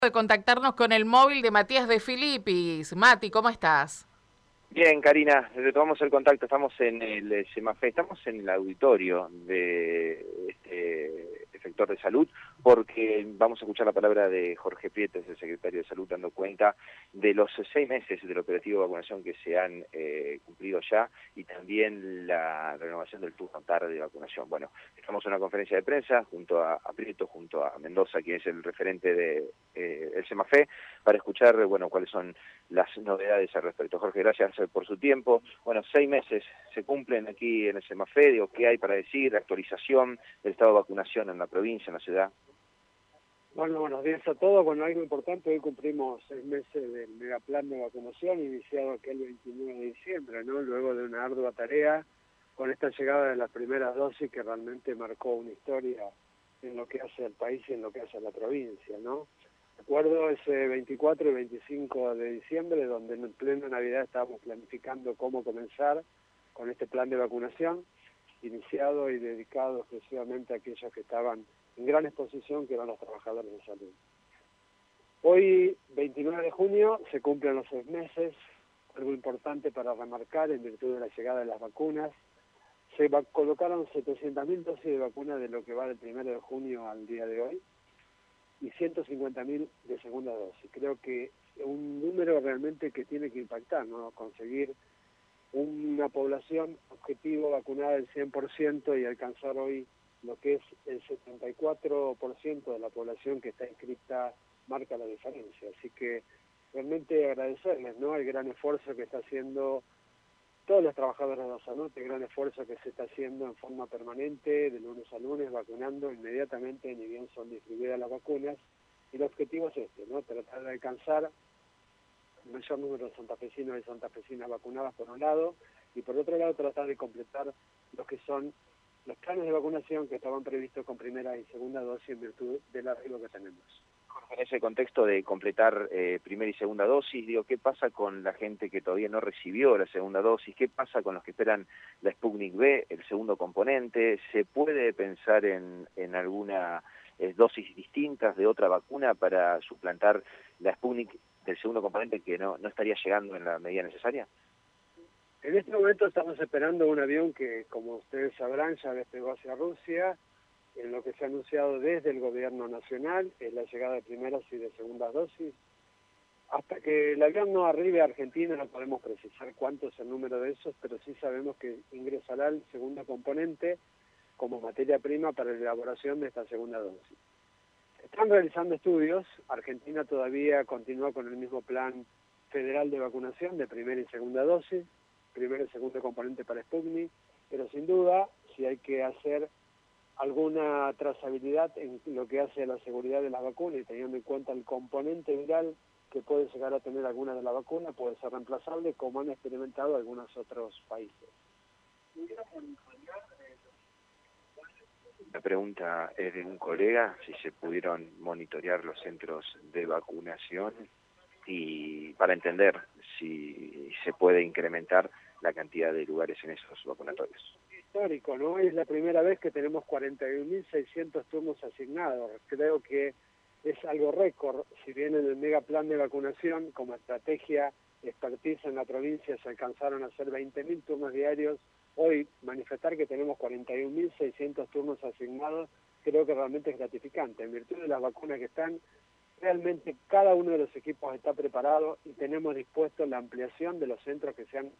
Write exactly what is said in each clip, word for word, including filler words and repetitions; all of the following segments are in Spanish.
De contactarnos con el móvil de Matías de Filipis. Mati, ¿cómo estás? Bien, Karina, retomamos el contacto, estamos en el SEMAFE, estamos en el auditorio de este sector de salud, porque vamos a escuchar la palabra de Jorge Prieto, el secretario de Salud, dando cuenta de los seis meses del operativo de vacunación que se han eh, cumplido ya, y también la renovación del turno tarde de vacunación. Bueno, estamos en una conferencia de prensa junto a, a Prieto, junto a Mendoza, quien es el referente del de, eh, SEMAFE, para escuchar, bueno, cuáles son las novedades al respecto. Jorge, gracias por su tiempo. Bueno, seis meses se cumplen aquí en el SEMAFE. Digo, ¿qué hay para decir? Actualización del estado de vacunación en la provincia, en la ciudad. Bueno, buenos días a todos. Bueno, algo importante, hoy cumplimos seis meses del megaplan de vacunación iniciado aquel veintinueve de diciembre, ¿no? Luego de una ardua tarea con esta llegada de las primeras dosis que realmente marcó una historia en lo que hace al país y en lo que hace a la provincia, ¿no? Recuerdo ese veinticuatro y veinticinco de diciembre, donde en plena Navidad estábamos planificando cómo comenzar con este plan de vacunación, iniciado y dedicado exclusivamente a aquellos que estaban en gran exposición, que eran los trabajadores de salud. Hoy, veintinueve de junio, se cumplen los seis meses, algo importante para remarcar en virtud de la llegada de las vacunas. Se colocaron setecientas mil dosis de vacuna de lo que va del primero de junio al día de hoy, y ciento cincuenta mil de segunda dosis. Creo que un número realmente que tiene que impactar, ¿no? Conseguir una población objetivo vacunada del cien por ciento y alcanzar hoy lo que es el setenta y cuatro por ciento de la población que está inscrita marca la diferencia. Así que realmente agradecerles, ¿no?, el gran esfuerzo que está haciendo todos los trabajadores de la salud, el gran esfuerzo que se está haciendo en forma permanente, de lunes a lunes, vacunando inmediatamente, ni bien son distribuidas las vacunas, y el objetivo es este, ¿no?, tratar de alcanzar el mayor número de santafesinos y santafesinas vacunadas por un lado, y por otro lado tratar de completar los que son los planes de vacunación que estaban previstos con primera y segunda dosis en virtud del arribo que tenemos. En ese contexto de completar eh, primera y segunda dosis, digo, ¿qué pasa con la gente que todavía no recibió la segunda dosis? ¿Qué pasa con los que esperan la Sputnik V, el segundo componente? ¿Se puede pensar en, en alguna eh, dosis distintas de otra vacuna para suplantar la Sputnik del segundo componente que no, no estaría llegando en la medida necesaria? En este momento estamos esperando un avión que, como ustedes sabrán, ya despegó hacia Rusia. En lo que se ha anunciado desde el gobierno nacional es la llegada de primeras y de segundas dosis. Hasta que el avión no arribe a Argentina no podemos precisar cuánto es el número de esos, pero sí sabemos que ingresará el segundo componente como materia prima para la elaboración de esta segunda dosis. Están realizando estudios. Argentina todavía continúa con el mismo plan federal de vacunación de primera y segunda dosis, primero y segundo componente para Sputnik, pero sin duda, si hay que hacer alguna trazabilidad en lo que hace a la seguridad de las vacunas y teniendo en cuenta el componente viral que puede llegar a tener alguna de las vacunas, puede ser reemplazable, como han experimentado algunos otros países. La pregunta es de un colega, si se pudieron monitorear los centros de vacunación y para entender si se puede incrementar la cantidad de lugares en esos vacunatorios. Histórico, ¿no? Es la primera vez que tenemos cuarenta y un mil seiscientos turnos asignados. Creo que es algo récord. Si bien en el megaplan de vacunación, como estrategia expertise en la provincia, se alcanzaron a hacer veinte mil turnos diarios, hoy manifestar que tenemos cuarenta y un mil seiscientos turnos asignados, creo que realmente es gratificante. En virtud de las vacunas que están, realmente cada uno de los equipos está preparado y tenemos dispuesto la ampliación de los centros que sean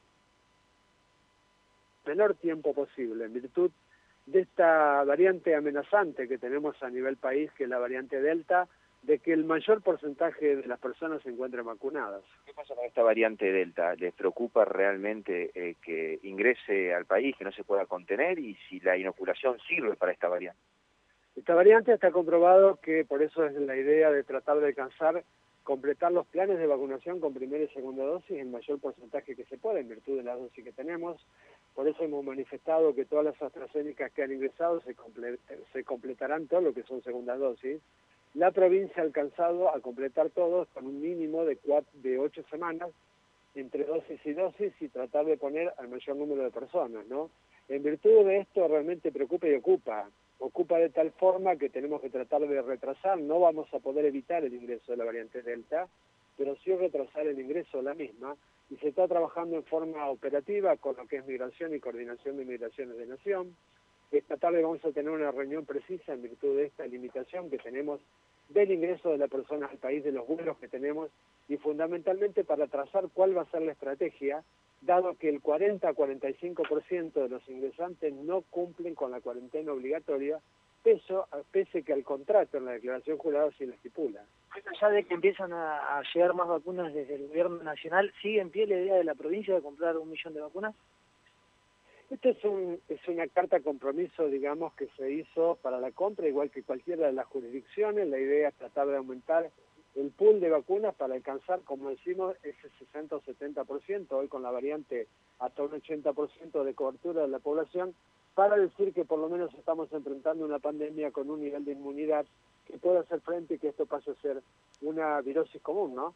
menor tiempo posible, en virtud de esta variante amenazante que tenemos a nivel país, que es la variante Delta, de que el mayor porcentaje de las personas se encuentren vacunadas. ¿Qué pasa con esta variante Delta? ¿Les preocupa realmente eh, que ingrese al país, que no se pueda contener, y si la inoculación sirve para esta variante? Esta variante está comprobado que por eso es la idea de tratar de alcanzar, completar los planes de vacunación con primera y segunda dosis en mayor porcentaje que se pueda, en virtud de la dosis que tenemos. Por eso hemos manifestado que todas las AstraZeneca que han ingresado se, comple se completarán todo lo que son segundas dosis. La provincia ha alcanzado a completar todos con un mínimo de, cuatro, de ocho semanas entre dosis y dosis y tratar de poner al mayor número de personas, ¿no? En virtud de esto realmente preocupa y ocupa. ocupa de tal forma que tenemos que tratar de retrasar, no vamos a poder evitar el ingreso de la variante Delta, pero sí retrasar el ingreso de la misma, y se está trabajando en forma operativa con lo que es migración y coordinación de migraciones de nación. Esta tarde vamos a tener una reunión precisa en virtud de esta limitación que tenemos del ingreso de la persona al país, de los vuelos que tenemos, y fundamentalmente para trazar cuál va a ser la estrategia, dado que el cuarenta a cuarenta y cinco por ciento de los ingresantes no cumplen con la cuarentena obligatoria, peso, pese que al contrato en la declaración jurada sí lo estipula. Más allá de que empiezan a, a llegar más vacunas desde el gobierno nacional, ¿sigue en pie la idea de la provincia de comprar un millón de vacunas? Esto es, un, es una carta compromiso, digamos, que se hizo para la compra, igual que cualquiera de las jurisdicciones. La idea es tratar de aumentar el pool de vacunas para alcanzar, como decimos, ese sesenta o setenta por ciento, hoy con la variante hasta un ochenta por ciento de cobertura de la población, para decir que por lo menos estamos enfrentando una pandemia con un nivel de inmunidad que pueda hacer frente y que esto pase a ser una virosis común, ¿no?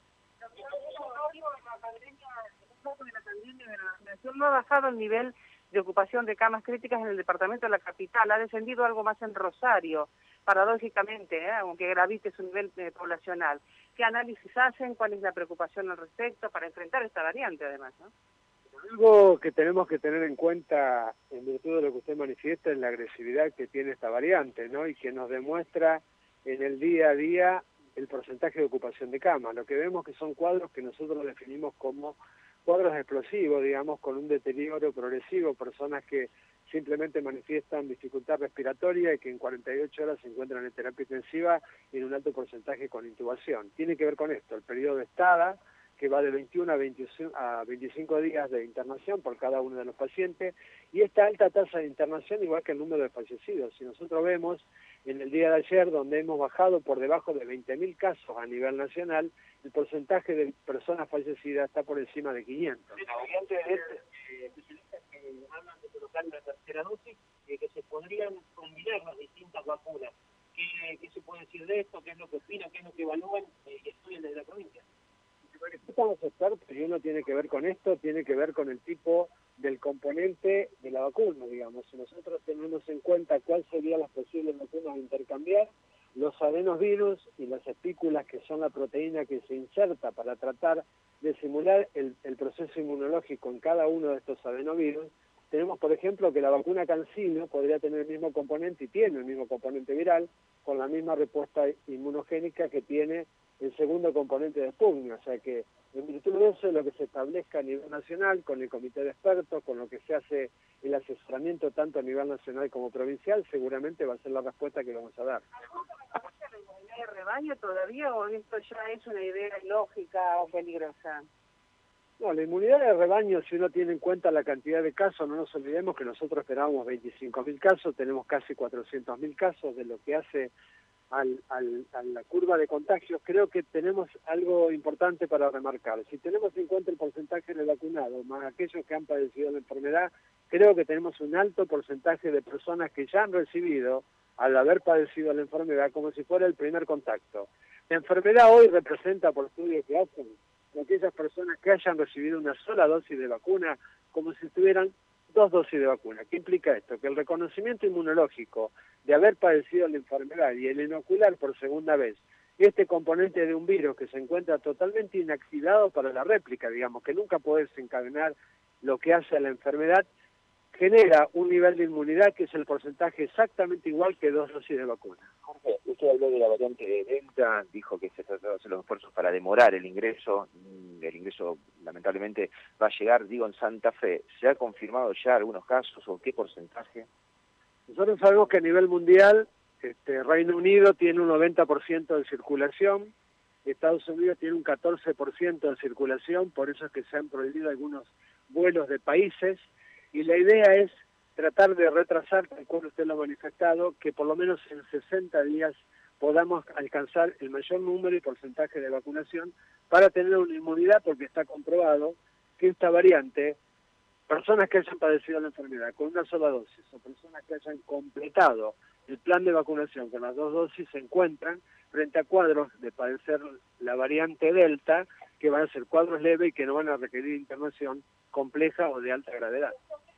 No ha bajado el nivel de ocupación de camas críticas en el departamento de la capital, ha descendido algo más en Rosario, paradójicamente, ¿eh? Aunque gravite su nivel eh, poblacional. ¿Qué análisis hacen? ¿Cuál es la preocupación al respecto para enfrentar esta variante, además, ¿no? Algo que tenemos que tener en cuenta, en virtud de lo que usted manifiesta, es la agresividad que tiene esta variante, ¿no? Y que nos demuestra en el día a día el porcentaje de ocupación de camas. Lo que vemos que son cuadros que nosotros definimos como cuadros explosivos, digamos, con un deterioro progresivo, personas que simplemente manifiestan dificultad respiratoria y que en cuarenta y ocho horas se encuentran en terapia intensiva y en un alto porcentaje con intubación. Tiene que ver con esto, el periodo de estada, que va de veintiuno a veinticinco días de internación por cada uno de los pacientes, y esta alta tasa de internación igual que el número de fallecidos. Si nosotros vemos en el día de ayer, donde hemos bajado por debajo de veinte mil casos a nivel nacional, el porcentaje de personas fallecidas está por encima de quinientos. La variante de este, especialistas que hablan de colocar una tercera dosis, eh, que se podrían combinar las distintas vacunas. ¿Qué, ¿Qué se puede decir de esto? ¿Qué es lo que opinan? ¿Qué es lo que evalúan eh, y estudian desde la provincia? Estamos expertos y uno tiene que ver con esto, tiene que ver con el tipo del componente de la vacuna, digamos. Si nosotros tenemos en cuenta cuáles serían las posibles vacunas a intercambiar, los adenovirus y las espículas, que son la proteína que se inserta para tratar de simular el, el proceso inmunológico en cada uno de estos adenovirus, tenemos, por ejemplo, que la vacuna CanSino podría tener el mismo componente y tiene el mismo componente viral, con la misma respuesta inmunogénica que tiene el segundo componente de Sputnik, o sea que en virtud de eso es lo que se establezca a nivel nacional, con el comité de expertos, con lo que se hace el asesoramiento tanto a nivel nacional como provincial, seguramente va a ser la respuesta que vamos a dar. ¿La inmunidad de rebaño todavía o esto ya es una idea ilógica o peligrosa? No, la inmunidad de rebaño, si uno tiene en cuenta la cantidad de casos, no nos olvidemos que nosotros esperábamos veinticinco mil casos, tenemos casi cuatrocientos mil casos, de lo que hace al, al, a la curva de contagios. Creo que tenemos algo importante para remarcar. Si tenemos en cuenta el porcentaje de vacunados, más aquellos que han padecido la enfermedad, creo que tenemos un alto porcentaje de personas que ya han recibido, al haber padecido la enfermedad, como si fuera el primer contacto. La enfermedad hoy representa, por estudios que hacen, aquellas personas que hayan recibido una sola dosis de vacuna, como si tuvieran dos dosis de vacuna. ¿Qué implica esto? Que el reconocimiento inmunológico de haber padecido la enfermedad y el inocular por segunda vez este componente de un virus que se encuentra totalmente inactivado para la réplica, digamos, que nunca puede desencadenar lo que hace a la enfermedad, genera un nivel de inmunidad que es el porcentaje exactamente igual que dos dosis de vacuna. Jorge, usted habló de la variante de Delta, dijo que se trataba de hacer los esfuerzos para demorar el ingreso. El ingreso, lamentablemente, va a llegar, digo, en Santa Fe. ¿Se ha confirmado ya algunos casos o qué porcentaje? Nosotros sabemos que a nivel mundial, este, Reino Unido tiene un noventa por ciento de circulación, Estados Unidos tiene un catorce por ciento de circulación, por eso es que se han prohibido algunos vuelos de países, y la idea es tratar de retrasar, tal cual usted lo ha manifestado, que por lo menos en sesenta días podamos alcanzar el mayor número y porcentaje de vacunación para tener una inmunidad, porque está comprobado que esta variante, personas que hayan padecido la enfermedad con una sola dosis o personas que hayan completado el plan de vacunación con las dos dosis, se encuentran frente a cuadros de padecer la variante Delta, que van a ser cuadros leves y que no van a requerir internación compleja o de alta gravedad.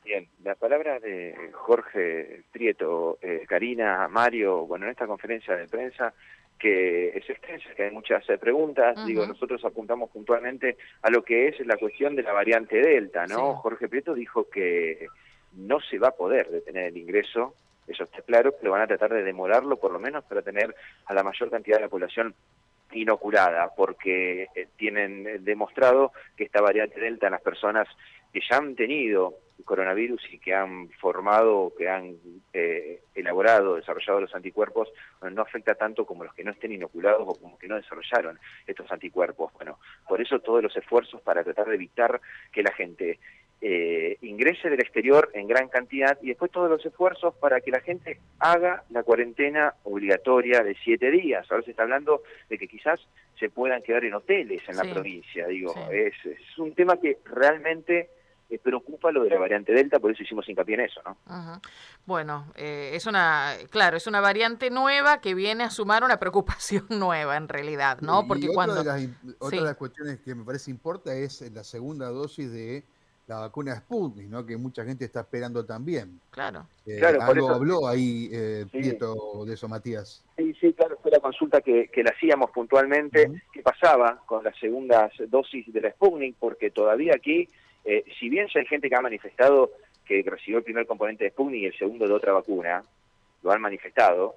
Bien, la palabra de Jorge Prieto, eh, Karina, Mario, bueno, en esta conferencia de prensa que es extensa, que hay muchas eh, preguntas, uh-huh. digo, nosotros apuntamos puntualmente a lo que es la cuestión de la variante Delta, ¿no? Sí. Jorge Prieto dijo que no se va a poder detener el ingreso, eso está claro, pero van a tratar de demorarlo por lo menos para tener a la mayor cantidad de la población inoculada, porque eh, tienen demostrado que esta variante Delta en las personas que ya han tenido coronavirus y que han formado, que han eh, elaborado, desarrollado los anticuerpos, bueno, no afecta tanto como los que no estén inoculados o como que no desarrollaron estos anticuerpos. Bueno, por eso todos los esfuerzos para tratar de evitar que la gente eh, ingrese del exterior en gran cantidad y después todos los esfuerzos para que la gente haga la cuarentena obligatoria de siete días. Ahora se está hablando de que quizás se puedan quedar en hoteles en sí. la provincia. Digo, sí. es, es un tema que realmente Eh, preocupa lo de la variante Delta, por eso hicimos hincapié en eso, ¿no? Uh-huh. Bueno, eh, es una, claro, es una variante nueva que viene a sumar una preocupación nueva en realidad, ¿no? Y Porque otra cuando... de las, otra sí. de las cuestiones que me parece importa es la segunda dosis de la vacuna Sputnik, ¿no? Que mucha gente está esperando también. Claro. Eh, claro algo eso, habló ahí eh, sí. Prieto de eso, Matías. Sí, sí, claro, fue la consulta que, que le hacíamos puntualmente, uh-huh. qué pasaba con las segundas dosis de la Sputnik, porque todavía aquí, eh, si bien ya hay gente que ha manifestado que recibió el primer componente de Sputnik y el segundo de otra vacuna, lo han manifestado,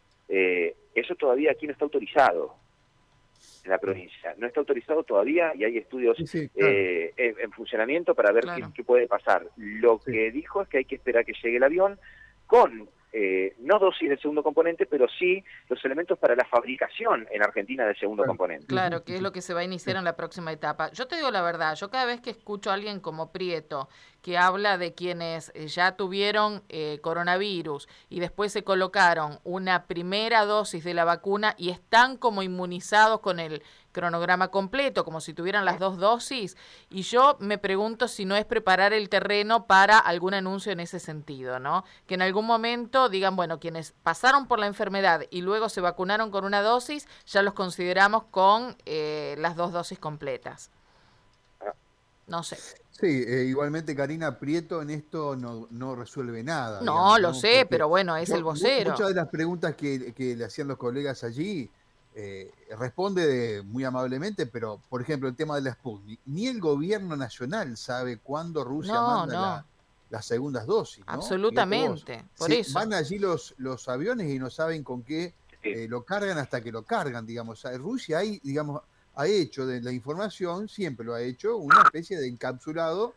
eh, eso todavía aquí no está autorizado en la provincia. No está autorizado todavía y hay estudios sí, sí, claro. eh, en, en funcionamiento para ver claro. qué, qué puede pasar. Lo sí. que dijo es que hay que esperar que llegue el avión con eh, no dosis del segundo componente, pero sí los elementos para la fabricación en Argentina del segundo claro. componente. Claro, que es lo que se va a iniciar en la próxima etapa. Yo te digo la verdad, yo cada vez que escucho a alguien como Prieto que habla de quienes ya tuvieron eh, coronavirus y después se colocaron una primera dosis de la vacuna y están como inmunizados con el cronograma completo, como si tuvieran las dos dosis, y yo me pregunto si no es preparar el terreno para algún anuncio en ese sentido, ¿no? Que en algún momento digan, bueno, quienes pasaron por la enfermedad y luego se vacunaron con una dosis, ya los consideramos con eh, las dos dosis completas. No sé. Sí, eh, igualmente Karina, Prieto en esto no, no resuelve nada. No, digamos, lo ¿no? sé, Porque pero bueno, es yo, el vocero. Muchas de las preguntas que, que le hacían los colegas allí, eh, responde de, muy amablemente, pero, por ejemplo, el tema de la Sputnik, ni el gobierno nacional sabe cuándo Rusia no, manda no. La, las segundas dosis, ¿no? Absolutamente, por sí, eso. Van allí los, los aviones y no saben con qué eh, lo cargan hasta que lo cargan, digamos. Rusia ahí, digamos... ha hecho de la información, siempre lo ha hecho, una especie de encapsulado,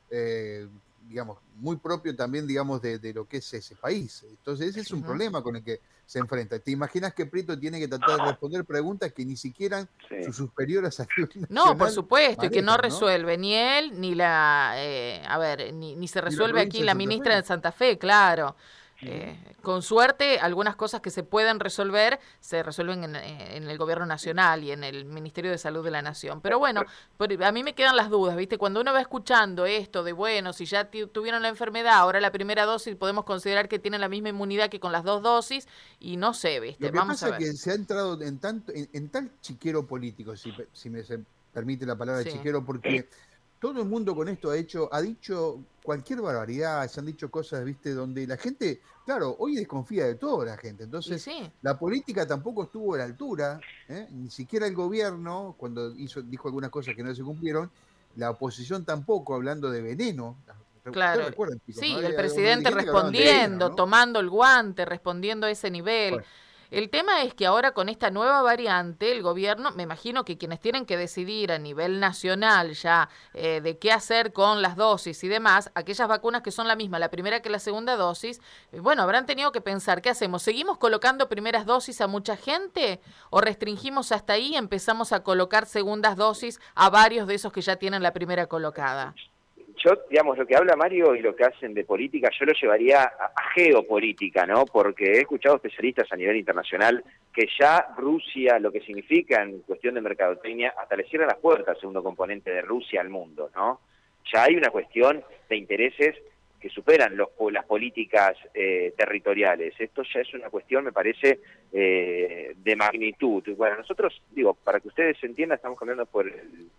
eh, digamos, muy propio también, digamos, de, de lo que es ese país. Entonces ese es un uh-huh. problema con el que se enfrenta. ¿Te imaginas que Prieto tiene que tratar de responder preguntas que ni siquiera sí. sus superiores a nivel nacional No, por supuesto, manejan, y que no resuelve ¿no? ni él, ni la, eh, a ver, ni, ni se resuelve aquí la ministra Fe. de Santa Fe, claro. Eh, con suerte, algunas cosas que se pueden resolver se resuelven en, en el gobierno nacional y en el Ministerio de Salud de la Nación. Pero bueno, a mí me quedan las dudas, ¿viste? Cuando uno va escuchando esto de, bueno, si ya tuvieron la enfermedad, ahora la primera dosis podemos considerar que tienen la misma inmunidad que con las dos dosis, y no sé, ¿viste? Lo que Vamos pasa a ver. es que se ha entrado en, tanto, en, en tal chiquero político, si, si me se permite la palabra sí. chiquero, porque todo el mundo con esto ha hecho, ha dicho cualquier barbaridad, se han dicho cosas, viste, donde la gente, claro, hoy desconfía de todo la gente, entonces sí. la política tampoco estuvo a la altura, ¿eh? Ni siquiera el gobierno, cuando hizo, dijo algunas cosas que no se cumplieron, la oposición tampoco, hablando de veneno. Claro, recuerdan, chicos, sí, ¿no? el presidente respondiendo, veneno, ¿no? tomando el guante, respondiendo a ese nivel. Bueno. El tema es que ahora con esta nueva variante, el gobierno, me imagino que quienes tienen que decidir a nivel nacional ya eh, de qué hacer con las dosis y demás, aquellas vacunas que son la misma, la primera que la segunda dosis, eh, bueno, habrán tenido que pensar, ¿qué hacemos? ¿Seguimos colocando primeras dosis a mucha gente o restringimos hasta ahí y empezamos a colocar segundas dosis a varios de esos que ya tienen la primera colocada? Yo, digamos, lo que habla Mario y lo que hacen de política, yo lo llevaría a, a geopolítica, ¿no? Porque he escuchado especialistas a nivel internacional que ya Rusia, lo que significa en cuestión de mercadotecnia, hasta le cierra las puertas al segundo componente de Rusia al mundo, ¿no? Ya hay una cuestión de intereses que superan los, las políticas eh, territoriales. Esto ya es una cuestión, me parece, eh, de magnitud. Bueno, nosotros, digo, para que ustedes entiendan, estamos cambiando por el,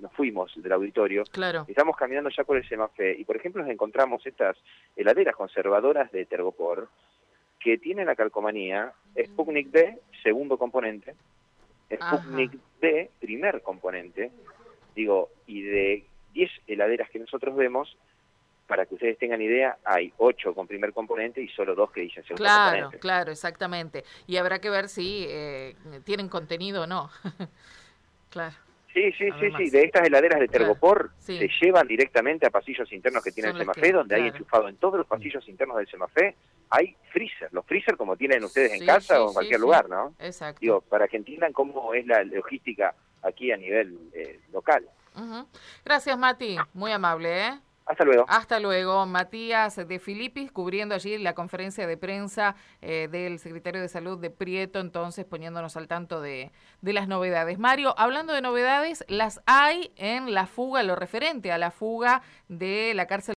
nos fuimos del auditorio, claro. estamos caminando ya por el Semafé y, por ejemplo, nos encontramos estas heladeras conservadoras de Tergopor que tienen la calcomanía Sputnik B, segundo componente, Sputnik B, primer componente, digo, y de diez heladeras que nosotros vemos, para que ustedes tengan idea, hay ocho con primer componente y solo dos que dicen segundo claro, componente. Claro, claro, exactamente. Y habrá que ver si eh, tienen contenido o no. Claro. Sí, sí, Además, sí, sí. De estas heladeras de Tergopor claro, sí. se llevan directamente a pasillos internos que tiene Son el las Semafé, que, donde claro. hay enchufado en todos los pasillos internos del Semafé, hay freezer. Los freezer como tienen ustedes sí, en casa sí, o en cualquier sí, lugar, sí. ¿no? Exacto. Digo, para que entiendan cómo es la logística aquí a nivel eh, local. Uh-huh. Gracias, Mati. Muy amable, ¿eh? Hasta luego. Hasta luego. Matías de Filipis, cubriendo allí la conferencia de prensa eh, del secretario de Salud de Prieto, entonces poniéndonos al tanto de, de las novedades. Mario, hablando de novedades, las hay en la fuga, lo referente a la fuga de la cárcel